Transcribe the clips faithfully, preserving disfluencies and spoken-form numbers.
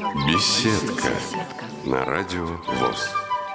Беседка на радио ВОС.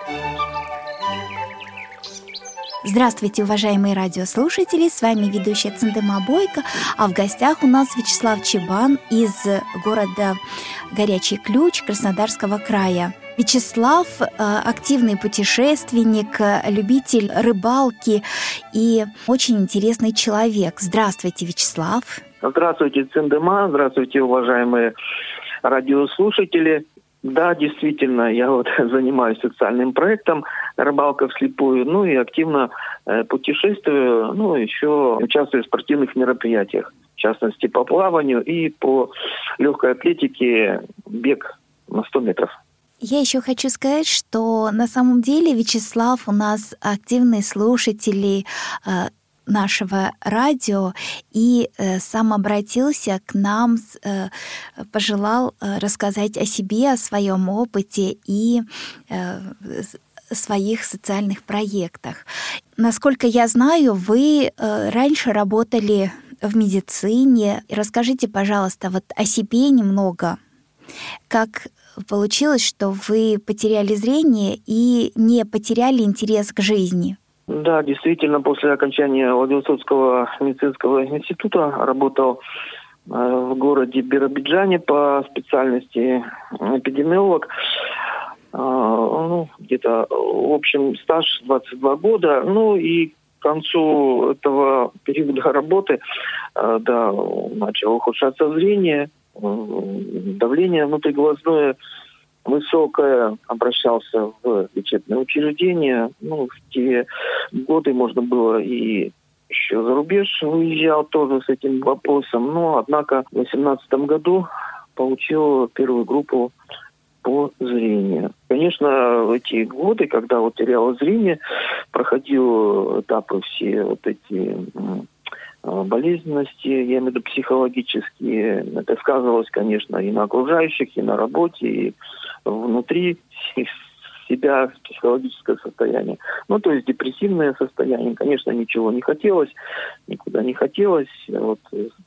Здравствуйте, уважаемые радиослушатели, с вами ведущая Цендема Бойко, а в гостях у нас Вячеслав Чебан из города Горячий Ключ Краснодарского края. Вячеслав – активный путешественник, любитель рыбалки и очень интересный человек. Здравствуйте, Вячеслав. Здравствуйте, Цендема, здравствуйте, уважаемые радиослушатели. Да, действительно, я вот занимаюсь социальным проектом «Рыбалка вслепую», ну и активно э, путешествую, ну еще участвую в спортивных мероприятиях, в частности по плаванию и по легкой атлетике, бег на сто метров. Я еще хочу сказать, что на самом деле Вячеслав у нас активный слушатель э, нашего радио и э, сам обратился к нам, э, пожелал э, рассказать о себе, о своем опыте и э, своих социальных проектах. Насколько я знаю, вы э, раньше работали в медицине. Расскажите, пожалуйста, вот о себе немного. Как получилось, что вы потеряли зрение и не потеряли интерес к жизни? Да, действительно, после окончания Владивостокского медицинского института работал э, в городе Биробиджане по специальности эпидемиолог. Э, ну, где-то, в общем, стаж двадцать два года. Ну и к концу этого периода работы э, да, начало ухудшаться зрение, э, давление внутриглазное высокое, обращался в лечебное учреждение. Ну, в те годы можно было и еще за рубеж выезжал тоже с этим вопросом. Но, однако, в две тысячи восемнадцатом году получил первую группу по зрению. Конечно, в эти годы, когда вот терял зрение, проходил этапы все вот эти болезненности, я имею в виду психологические. Это сказывалось, конечно, и на окружающих, и на работе, и внутри себя психологическое состояние. Ну, то есть депрессивное состояние. Конечно, ничего не хотелось, никуда не хотелось. Вот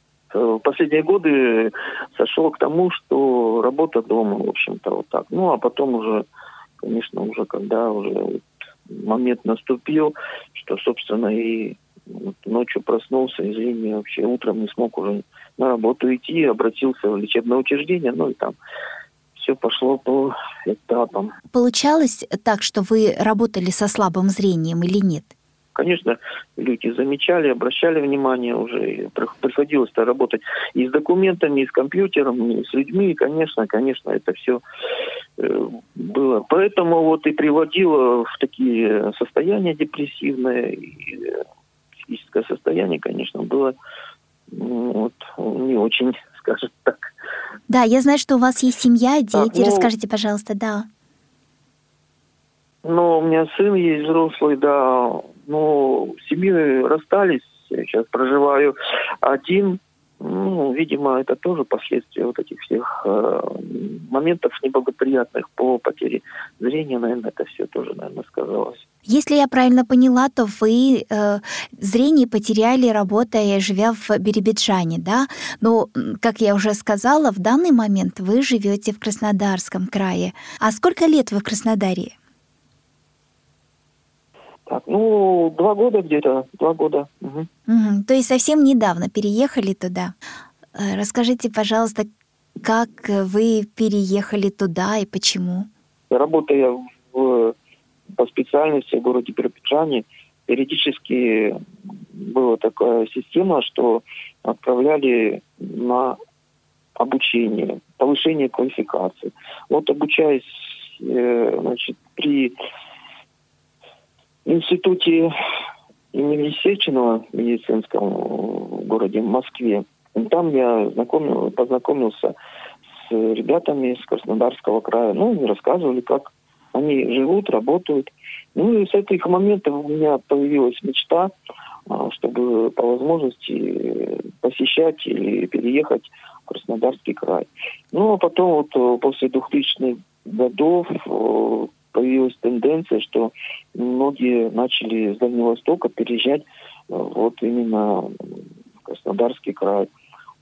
в последние годы сошел к тому, что работа дома, в общем-то, вот так. Ну, а потом уже, конечно, уже когда уже момент наступил, что, собственно, и вот ночью проснулся, и зрение вообще утром не смог уже на работу идти, обратился в лечебное учреждение, ну и там все пошло по этапам. Получалось так, что вы работали со слабым зрением или нет? Конечно, люди замечали, обращали внимание уже. Приходилось-то работать и с документами, и с компьютером, и с людьми. И, конечно, конечно, это все было. Поэтому вот и приводило в такие состояния депрессивные. И психическое состояние, конечно, было вот, не очень, скажем так. Да, я знаю, что у вас есть семья, дети. Так, ну, расскажите, пожалуйста, да. Ну, у меня сын есть взрослый, да. Ну, с семьей расстались. Я сейчас проживаю один. Ну, видимо, это тоже последствия вот этих всех э, моментов неблагоприятных по потере зрения. Наверное, это все тоже, наверное, сказалось. Если я правильно поняла, то вы э, зрение потеряли, работая, живя в Биробиджане, да? Но, как я уже сказала, в данный момент вы живете в Краснодарском крае. А сколько лет вы в Краснодаре? Так, ну, два года где-то, два года. Угу. Угу, то есть совсем недавно переехали туда. Расскажите, пожалуйста, как вы переехали туда и почему? Работая в, по специальности в городе Биробиджане, периодически была такая система, что отправляли на обучение, повышение квалификации. Вот обучаясь, значит, при институте имени Сеченова медицинском в городе Москве. Там я знакомил, познакомился с ребятами из Краснодарского края. Ну, они рассказывали, как они живут, работают. Ну, и с этих моментов у меня появилась мечта, чтобы по возможности посещать или переехать в Краснодарский край. Ну, а потом вот после двухтысячных годов появилась тенденция, что многие начали с Дальнего Востока переезжать вот именно в Краснодарский край.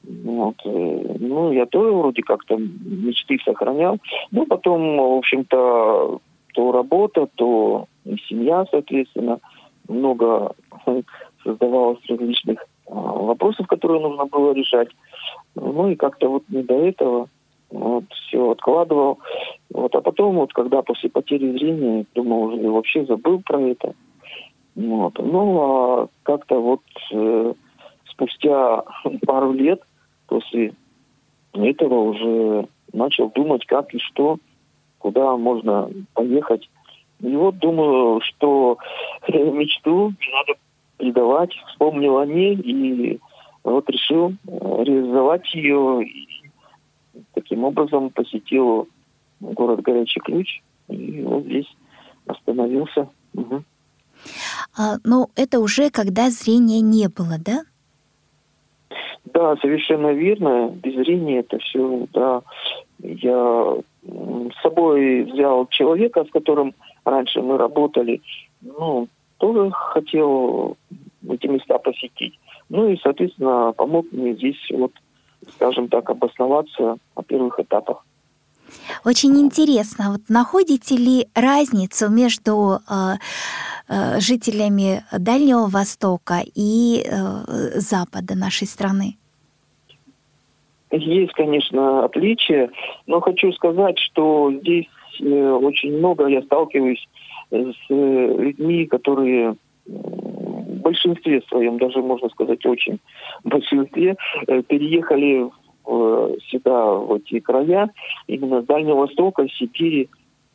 Вот. Ну, я тоже вроде как-то мечты сохранял. Ну, потом, в общем-то, то работа, то и семья, соответственно. Много создавалось различных вопросов, которые нужно было решать. Ну, и как-то вот не до этого. Вот, все откладывал. Вот, а потом, вот, когда после потери зрения, думал, уже вообще забыл про это. Вот. Ну, а как-то вот э, спустя пару лет после этого уже начал думать, как и что, куда можно поехать. И вот думаю, что мечту надо передавать, вспомнил о ней и вот решил реализовать ее. И таким образом посетил город Горячий Ключ и вот здесь остановился. Угу. А, но это уже когда зрения не было, да? Да, совершенно верно. Без зрения это все, да. Я с собой взял человека, с которым раньше мы работали. Ну, тоже хотел эти места посетить. Ну и, соответственно, помог мне здесь, вот, скажем так, обосноваться на первых этапах. Очень интересно. Вот находите ли разницу между э, э, жителями Дальнего Востока и э, Запада нашей страны? Есть, конечно, отличия, но хочу сказать, что здесь э, очень много я сталкиваюсь с э, людьми, которые в большинстве своем, даже можно сказать, очень в большинстве, э, переехали сюда, в эти края, именно с Дальнего Востока, Сибири.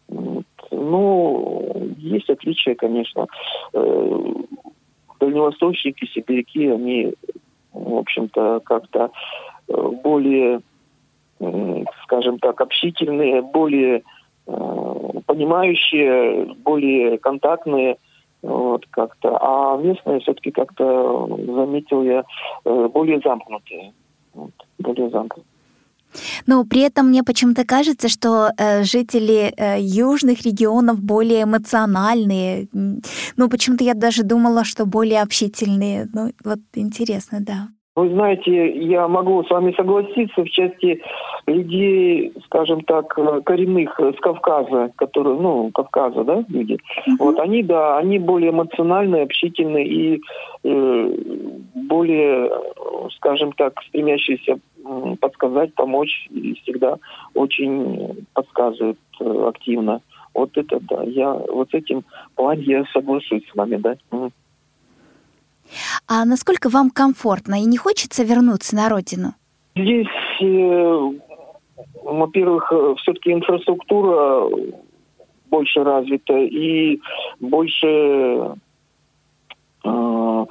Ну, есть отличия, конечно. Дальневосточники, сибиряки, они, в общем-то, как-то более, скажем так, общительные, более понимающие, более контактные, вот, как-то. А местные все-таки как-то, заметил я, более замкнутые. Вот, более замкнутые. Но при этом мне почему-то кажется, что э, жители э, южных регионов более эмоциональные. Ну, почему-то я даже думала, что более общительные. Ну, вот интересно, да. Вы знаете, я могу с вами согласиться в части людей, скажем так, коренных с Кавказа, которые, ну, Кавказа, да, люди. Uh-huh. Вот они, да, они более эмоциональные, общительные и э, более, скажем так, стремящиеся подсказать, помочь, и всегда очень подсказывают э, активно. Вот это, да, я вот с этим плане я соглашусь с вами, да. Uh-huh. А насколько вам комфортно и не хочется вернуться на родину? Здесь, э, во-первых, все-таки инфраструктура больше развита и больше э, ну,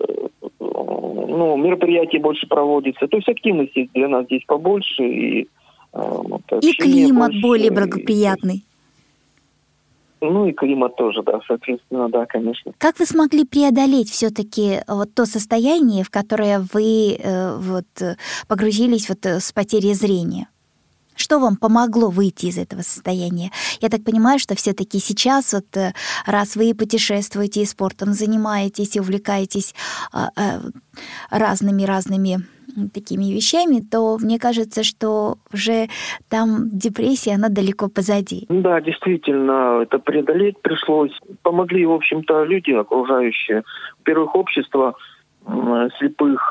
мероприятий больше проводится. То есть активности для нас здесь побольше. И, э, вот, и климат больше, более благоприятный. Ну и климат тоже, да, соответственно, да, конечно. Как вы смогли преодолеть все-таки вот то состояние, в которое вы э, вот, погрузились вот с потерей зрения? Что вам помогло выйти из этого состояния? Я так понимаю, что все-таки сейчас, вот, раз вы путешествуете и спортом занимаетесь, и увлекаетесь разными-разными такими вещами, то мне кажется, что уже там депрессия, она далеко позади. Да, действительно, это преодолеть пришлось. Помогли, в общем-то, люди окружающие. Во-первых, общество слепых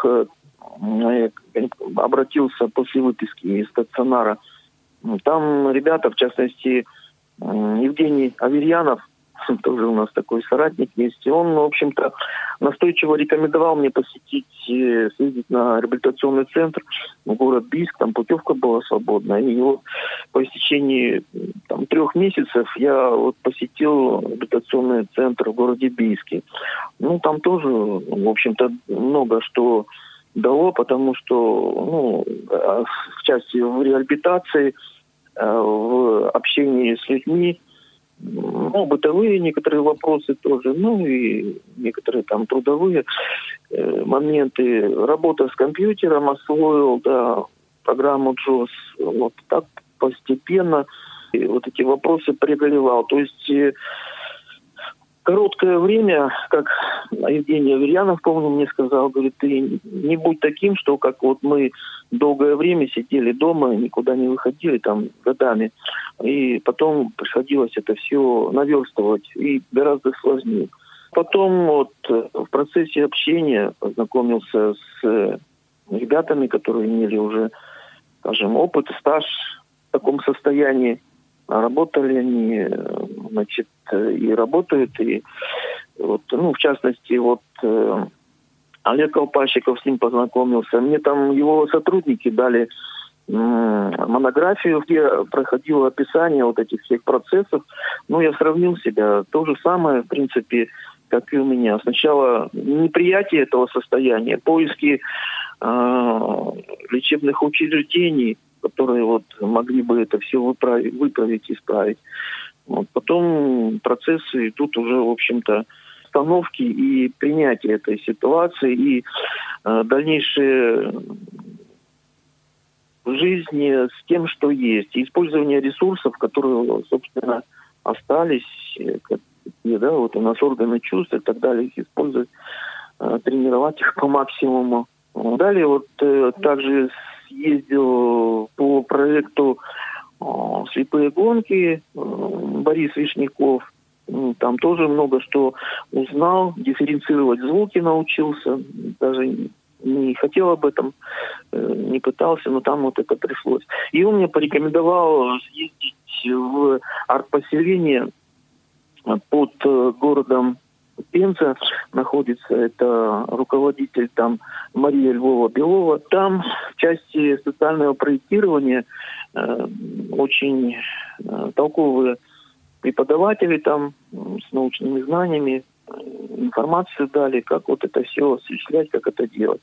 обратился после выписки из стационара. Там ребята, в частности, Евгений Аверьянов, тоже у нас такой соратник есть, и он, в общем-то, настойчиво рекомендовал мне посетить, съездить на реабилитационный центр в город Бийск, там путевка была свободная. И вот по истечении там, трех месяцев я вот посетил реабилитационный центр в городе Бийске. Ну, там тоже, в общем-то, много что дало, потому что, ну, в части в реабилитации, в общении с людьми, ну, бытовые некоторые вопросы тоже, ну, и некоторые там трудовые э, моменты. Работа с компьютером освоил, да, программу джоус. Вот так постепенно и вот эти вопросы преодолевал. То есть э, короткое время, как Евгений Аверьянов, помню, мне сказал, говорит, ты не будь таким, что как вот мы долгое время сидели дома, никуда не выходили там годами, и потом приходилось это все наверстывать, и гораздо сложнее. Потом вот в процессе общения познакомился с ребятами, которые имели уже, скажем, опыт, стаж в таком состоянии. Работали они, значит, и работают, и вот, ну, в частности, вот э, Олег Колпачиков, с ним познакомился. Мне там его сотрудники дали э, монографию, где проходило описание вот этих всех процессов. Ну, я сравнил себя, то же самое, в принципе, как и у меня. Сначала неприятие этого состояния, поиски э, лечебных учреждений, которые вот могли бы это все выправить, выправить, исправить. Вот. Потом процессы идут уже, в общем-то, установки и принятие этой ситуации, и э, дальнейшее жизни с тем, что есть. И использование ресурсов, которые, собственно, остались, как, да, вот у нас органы чувств и так далее, их использовать, э, тренировать их по максимуму. Далее вот э, также ездил по проекту э, «Слепые гонки», э, Борис Вишняков. Там тоже много что узнал, дифференцировать звуки научился. Даже не хотел об этом, э, не пытался, но там вот это пришлось. И он мне порекомендовал съездить в арт-поселение под э, городом Пенза находится, это руководитель там Мария Львова-Белова. Там в части социального проектирования э, очень э, толковые преподаватели там с научными знаниями, э, информацию дали, как вот это все осуществлять, как это делать.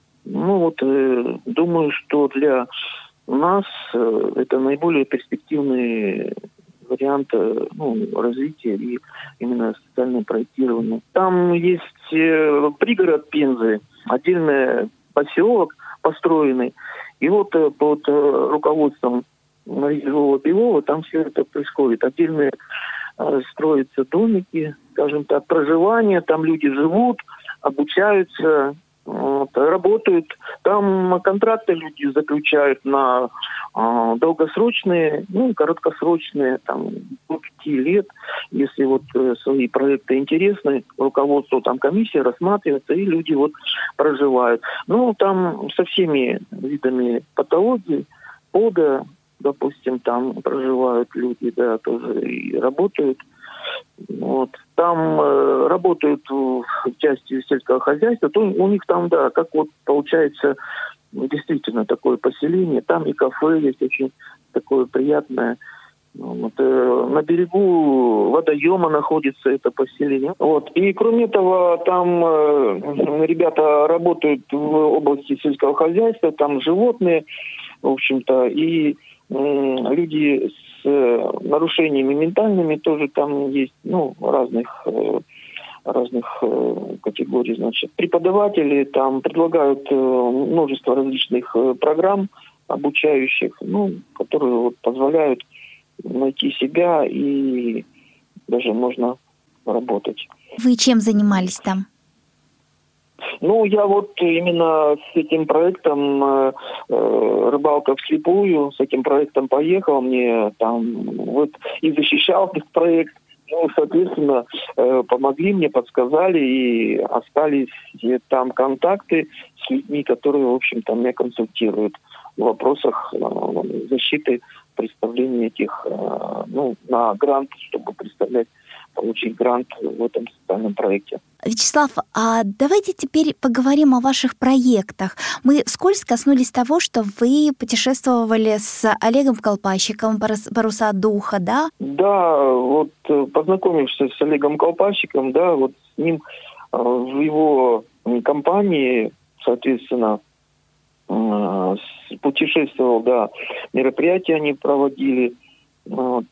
Ну вот, э, думаю, что для нас э, это наиболее перспективный вариант, ну, развития и именно социальное проектирование. Там есть э, пригород Пензы, отдельный поселок построенный. И вот э, под э, руководством Марии Львова-Белова там все это происходит. Отдельные э, строятся домики, скажем так, проживание, там люди живут, обучаются, вот, работают. Там контракты люди заключают на э, долгосрочные, ну и короткосрочные, там, до пяти лет. Если вот э, свои проекты интересны, руководство, там комиссия рассматривается, и люди вот проживают. Ну, там со всеми видами патологии, пода, допустим, там проживают люди, да, тоже и работают. Вот. Там э, работают в части сельского хозяйства, то у них там, да, как вот получается действительно такое поселение, там и кафе есть очень такое приятное. Вот, э, на берегу водоема находится это поселение. Вот. И кроме того, там э, ребята работают в области сельского хозяйства, там животные, в общем-то, и э, люди с с нарушениями ментальными тоже там есть, ну, разных, разных категорий, значит. Преподаватели там предлагают множество различных программ обучающих, ну, которые вот позволяют найти себя и даже можно работать. Вы чем занимались там? Ну, я вот именно с этим проектом э, «Рыбалка вслепую», с этим проектом поехал, мне там вот и защищал этот проект. Ну, соответственно, э, помогли мне, подсказали, и остались там контакты с людьми, которые, в общем-то, меня консультируют в вопросах э, защиты, представления этих, э, ну, на грант, чтобы представлять, получить грант в этом социальном проекте. Вячеслав, а давайте теперь поговорим о ваших проектах. Мы вскользь коснулись того, что вы путешествовали с Олегом Колпачиковым, «Паруса духа», да? Да, вот познакомившись с Олегом Колпачиковым, да, вот с ним в его компании, соответственно, путешествовал, да, мероприятия они проводили, вот,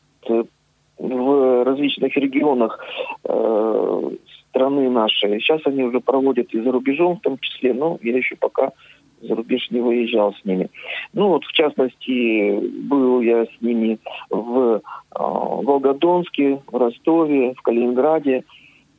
в различных регионах э, страны нашей. Сейчас они уже проводят и за рубежом в том числе, но я еще пока за рубеж не выезжал с ними. Ну вот, в частности, был я с ними в э, Волгодонске, в Ростове, в Калининграде.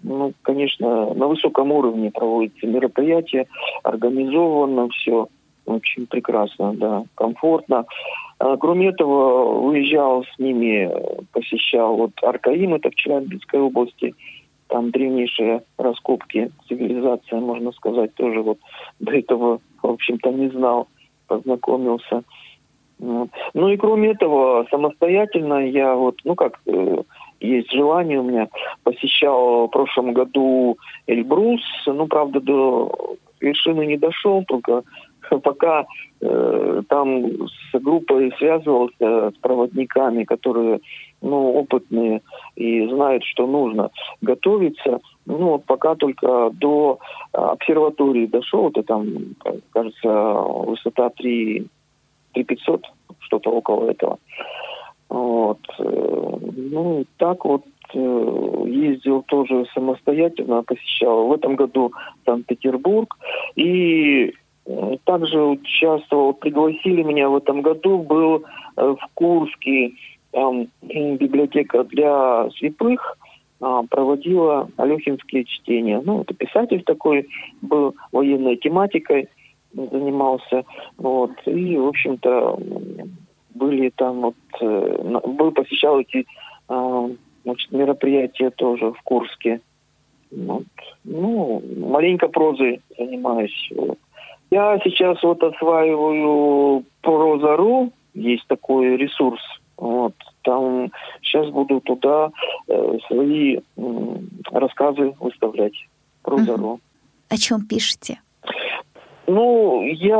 ну, конечно, на высоком уровне проводятся мероприятия, организовано все очень прекрасно, да, комфортно. А, кроме этого, выезжал с ними, посещал вот Аркаим, это в Челябинской области, там древнейшие раскопки, цивилизация, можно сказать, тоже вот до этого, в общем-то, не знал, познакомился. Вот. Ну и кроме этого, самостоятельно я вот, ну как, э, есть желание у меня, посещал в прошлом году Эльбрус, ну, правда, до вершины не дошел, только пока э, там с группой связывался, с проводниками, которые, ну, опытные и знают, что нужно готовиться. Ну, вот пока только до обсерватории дошел, это там, кажется, высота три тысячи пятьсот, что-то около этого. Вот. Ну, так вот ездил тоже самостоятельно, посещал в этом году Санкт-Петербург. И также участвовал, пригласили меня в этом году, был в Курске, там библиотека для слепых проводила алехинские чтения. Ну, это писатель такой был, военной тематикой занимался. Вот. И, в общем-то, были там вот, был, посещал эти значит, мероприятия тоже в Курске. Вот. Ну, маленько прозой занимаюсь. Я сейчас вот осваиваю проза точка ру, есть такой ресурс. Вот. Там сейчас буду туда э, свои э, рассказы выставлять. проза точка ру. О чем пишете? Ну, я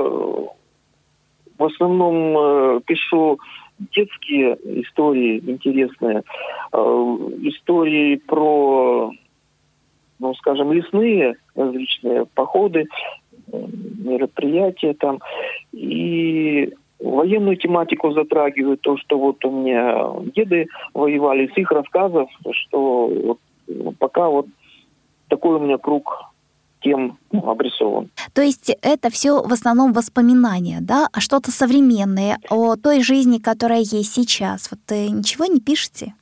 в основном э, пишу детские истории интересные, э, истории про, ну, скажем, лесные различные походы, мероприятия там. И военную тематику затрагиваю, то, что вот у меня деды воевали, с их рассказов, что вот пока вот такой у меня круг тем обрисован. То есть это все в основном воспоминания, да? А что-то современное о той жизни, которая есть сейчас? Вот ничего не пишете?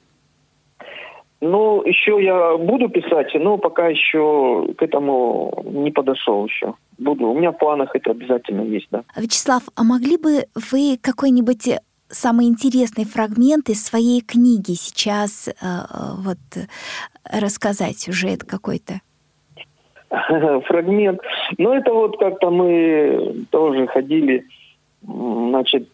Ну, еще я буду писать, но пока еще к этому не подошел еще. Буду. У меня в планах это обязательно есть, да. Вячеслав, а могли бы вы какой-нибудь самый интересный фрагмент из своей книги сейчас э, вот рассказать, сюжет какой-то? Фрагмент. Ну, это вот как-то мы тоже ходили, значит,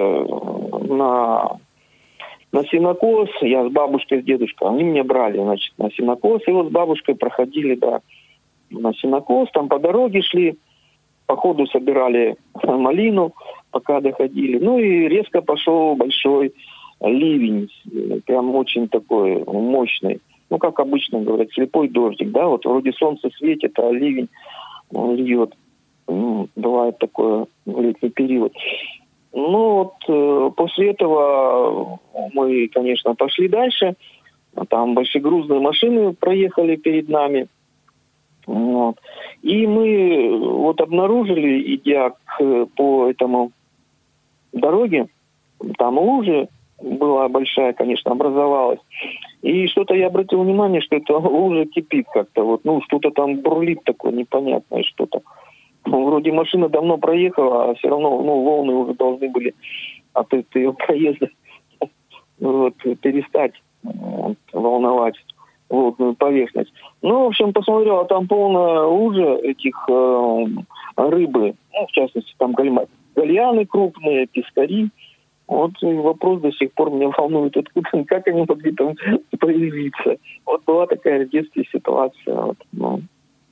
на... на сенокос, я с бабушкой, с дедушкой, они меня брали, значит, на сенокос, и вот с бабушкой проходили, да, на сенокос, там по дороге шли, по ходу собирали малину, пока доходили. Ну и резко пошел большой ливень, прям очень такой мощный. Ну, как обычно говорят, слепой дождик, да, вот вроде солнце светит, а ливень льет. Ну, бывает такое в летний период. Ну вот э, после этого мы, конечно, пошли дальше. Там большегрузные машины проехали перед нами. Вот. И мы вот обнаружили, идя к, по этому дороге, там лужи была большая, конечно, образовалась. И что-то я обратил внимание, что эта лужа кипит как-то. Вот, ну, что-то там бурлит такое непонятное что-то. Ну, вроде машина давно проехала, а все равно, ну, волны уже должны были от ее проезда вот, перестать вот, волновать водную поверхность. Ну, в общем, посмотрел, а там полная лужа этих э, рыбы, ну, в частности, там гальма, гальяны крупные, пескари. Вот и вопрос до сих пор меня волнует, откуда, как они могли там появиться. Вот была такая в детстве ситуация. Вот, ну.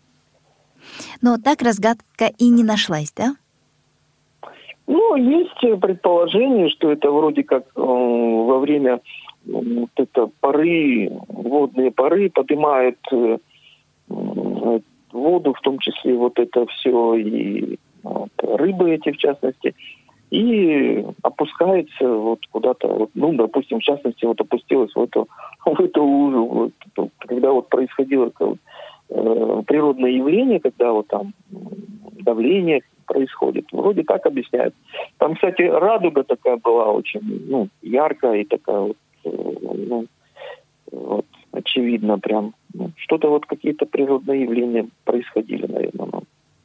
Но так разгадка и не нашлась, да? Ну, есть предположение, что это вроде как э, во время вот это поры, водные поры поднимают э, воду, в том числе вот это все, и вот, рыбы эти в частности, и опускается вот куда-то, вот, ну, допустим, в частности, вот опустилась в эту, в эту лужу, вот, когда вот происходило э, природное явление, когда вот там давление происходит. Вроде так объясняют. Там, кстати, радуга такая была очень, ну, яркая и такая вот, ну, вот очевидно прям. что-то вот какие-то природные явления происходили, наверное. Ну.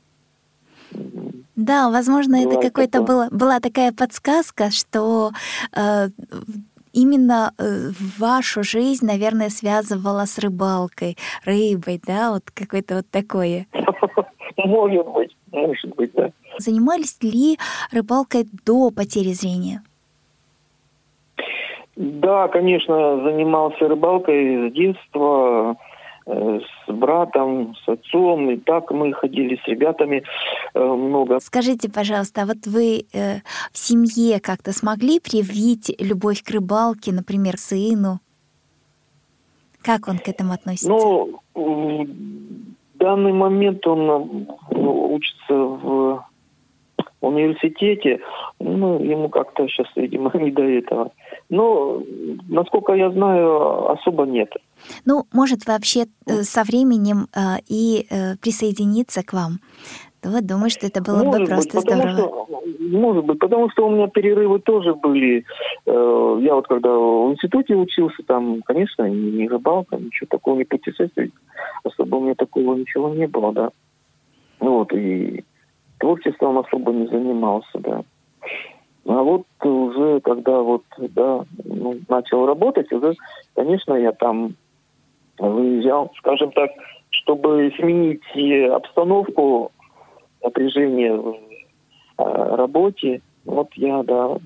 Да, возможно, Бывает это какой-то такое. была, была такая подсказка, что э, именно э, вашу жизнь, наверное, связывала с рыбалкой, рыбой, да, вот какое-то вот такое. Может быть, может быть, да. Занимались ли рыбалкой до потери зрения? Да, конечно, занимался рыбалкой с детства, э, с братом, с отцом, и так мы ходили с ребятами э, много. Скажите, пожалуйста, а вот вы э, в семье как-то смогли привить любовь к рыбалке, например, сыну? Как он к этому относится? Ну, в данный момент он э, учится в университете, ну, ему как-то сейчас, видимо, не до этого. Но, насколько я знаю, особо нет. Ну, может, вообще э, со временем э, и э, присоединиться к вам. То думаю, что это было бы Может быть, просто потому здорово. что, может быть, потому что у меня перерывы тоже были. Э, Я вот когда в институте учился, там, конечно, ни рыбалка, ничего такого, ни путешествий, особо у меня такого ничего не было, да. Вот, и творчеством особо не занимался, да. А вот уже, когда вот, да, ну, начал работать, уже, конечно, я там выезжал, скажем так, чтобы сменить обстановку, напряжение в э, работе. Вот я, да,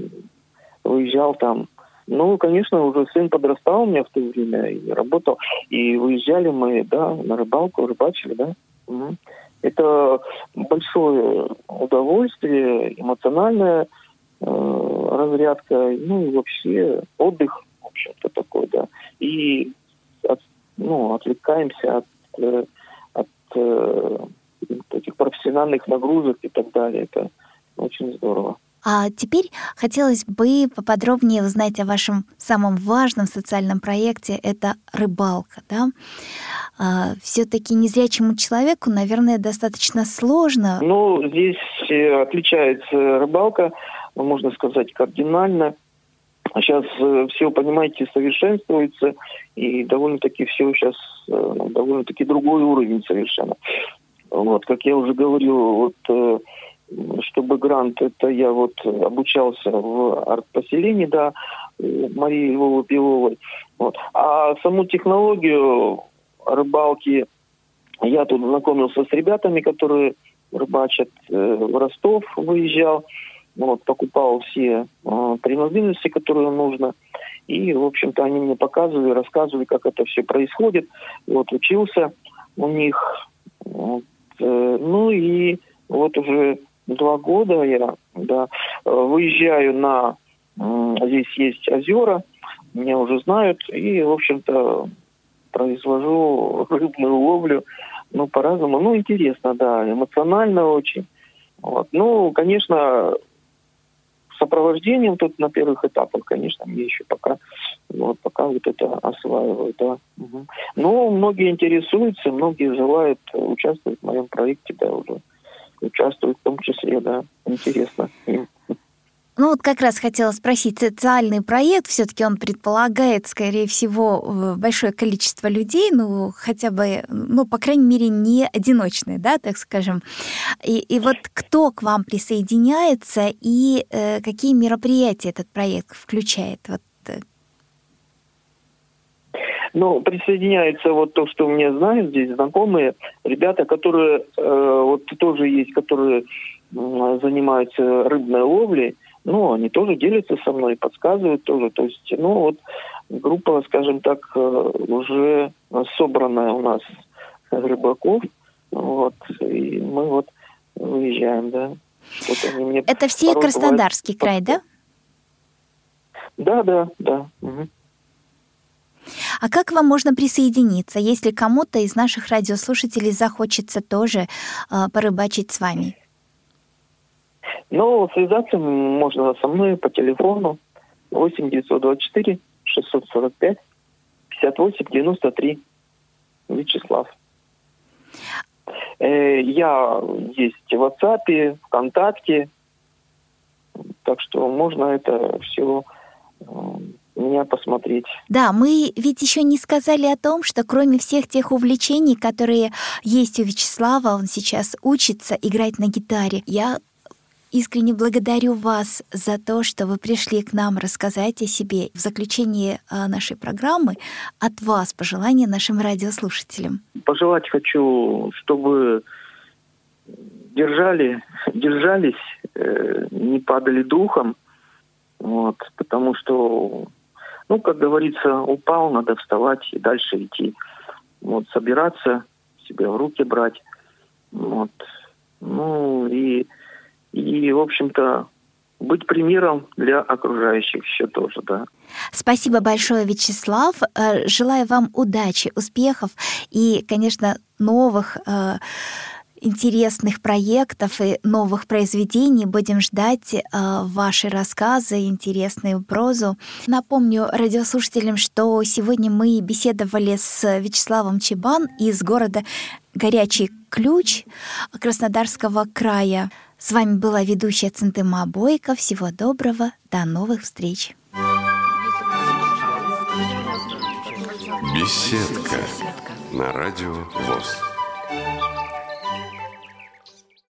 выезжал там. Ну, конечно, уже сын подрастал у меня в то время и работал. И выезжали мы, да, на рыбалку, рыбачили, да. Угу. Это большое удовольствие, эмоциональная э, разрядка, ну и вообще отдых, в общем-то, такой, да. И от, ну, отвлекаемся от, э, от э, этих профессиональных нагрузок и так далее. Это очень здорово. А теперь хотелось бы поподробнее узнать о вашем самом важном социальном проекте — это рыбалка, да? А, все-таки незрячему человеку, наверное, достаточно сложно. Ну, здесь отличается рыбалка, можно сказать, кардинально. Сейчас все, понимаете, совершенствуется, и довольно-таки все сейчас довольно-таки другой уровень совершенно. Вот, как я уже говорил, вот чтобы грант, это я вот обучался в арт-поселении, да, у Марии Львовой Беловой. Вот. А саму технологию рыбалки я тут знакомился с ребятами, которые рыбачат, в Ростов выезжал, вот, покупал все э, принадлежности, которые нужно. И, в общем-то, они мне показывали, рассказывали, как это все происходит. Вот, учился у них. Вот, э, ну и вот уже два года я, да, выезжаю на... Э, здесь есть озера, меня уже знают. И, в общем-то, произвожу рыбную ловлю. Ну, по-разному. Ну, интересно, да, эмоционально очень. Вот. Ну, конечно, сопровождением тут на первых этапах, конечно, мне еще пока, вот, пока вот это осваиваю, да. Угу. Но многие интересуются, многие желают участвовать в моем проекте, да, уже участвуют в том числе, да, интересно им. Ну вот как раз хотела спросить, социальный проект, все-таки он предполагает, скорее всего, большое количество людей, ну хотя бы, ну по крайней мере, не одиночные, да, так скажем. И, и вот кто к вам присоединяется и э, какие мероприятия этот проект включает? Вот. Ну, присоединяется вот то, что мне знают здесь знакомые ребята, которые э, вот тоже есть, которые э, занимаются рыбной ловлей. Ну, они тоже делятся со мной, подсказывают тоже. То есть, ну, вот группа, скажем так, уже собранная у нас рыбаков. Вот, и мы вот выезжаем, да. Вот они мне Это все Краснодарский бывает... край, да? Да, да, да. Угу. А как вам можно присоединиться, если кому-то из наших радиослушателей захочется тоже э, порыбачить с вами? Ну, связаться можно со мной по телефону восемь девятьсот двадцать четыре шестьсот сорок пять пятьдесят восемь девяносто три. Вячеслав. Э, я есть в WhatsApp, ВКонтакте, так что можно это все э, меня посмотреть. Да, мы ведь еще не сказали о том, что кроме всех тех увлечений, которые есть у Вячеслава, он сейчас учится играть на гитаре. Я искренне благодарю вас за то, что вы пришли к нам рассказать о себе. В заключении нашей программы от вас пожелания нашим радиослушателям. Пожелать хочу, чтобы держали, держались, э, не падали духом, вот, потому что, ну, как говорится, упал, надо вставать и дальше идти. Вот, собираться, себя в руки брать, вот, ну, и И, в общем-то, быть примером для окружающих еще тоже, да. Спасибо большое, Вячеслав. Желаю вам удачи, успехов и, конечно, новых э, интересных проектов и новых произведений. Будем ждать э, ваши рассказы, интересную прозу. Напомню радиослушателям, что сегодня мы беседовали с Вячеславом Чебан из города Горячий Ключ Краснодарского края. С вами была ведущая Центыма Бойко. Всего доброго, до новых встреч. Беседка на радио ВОС.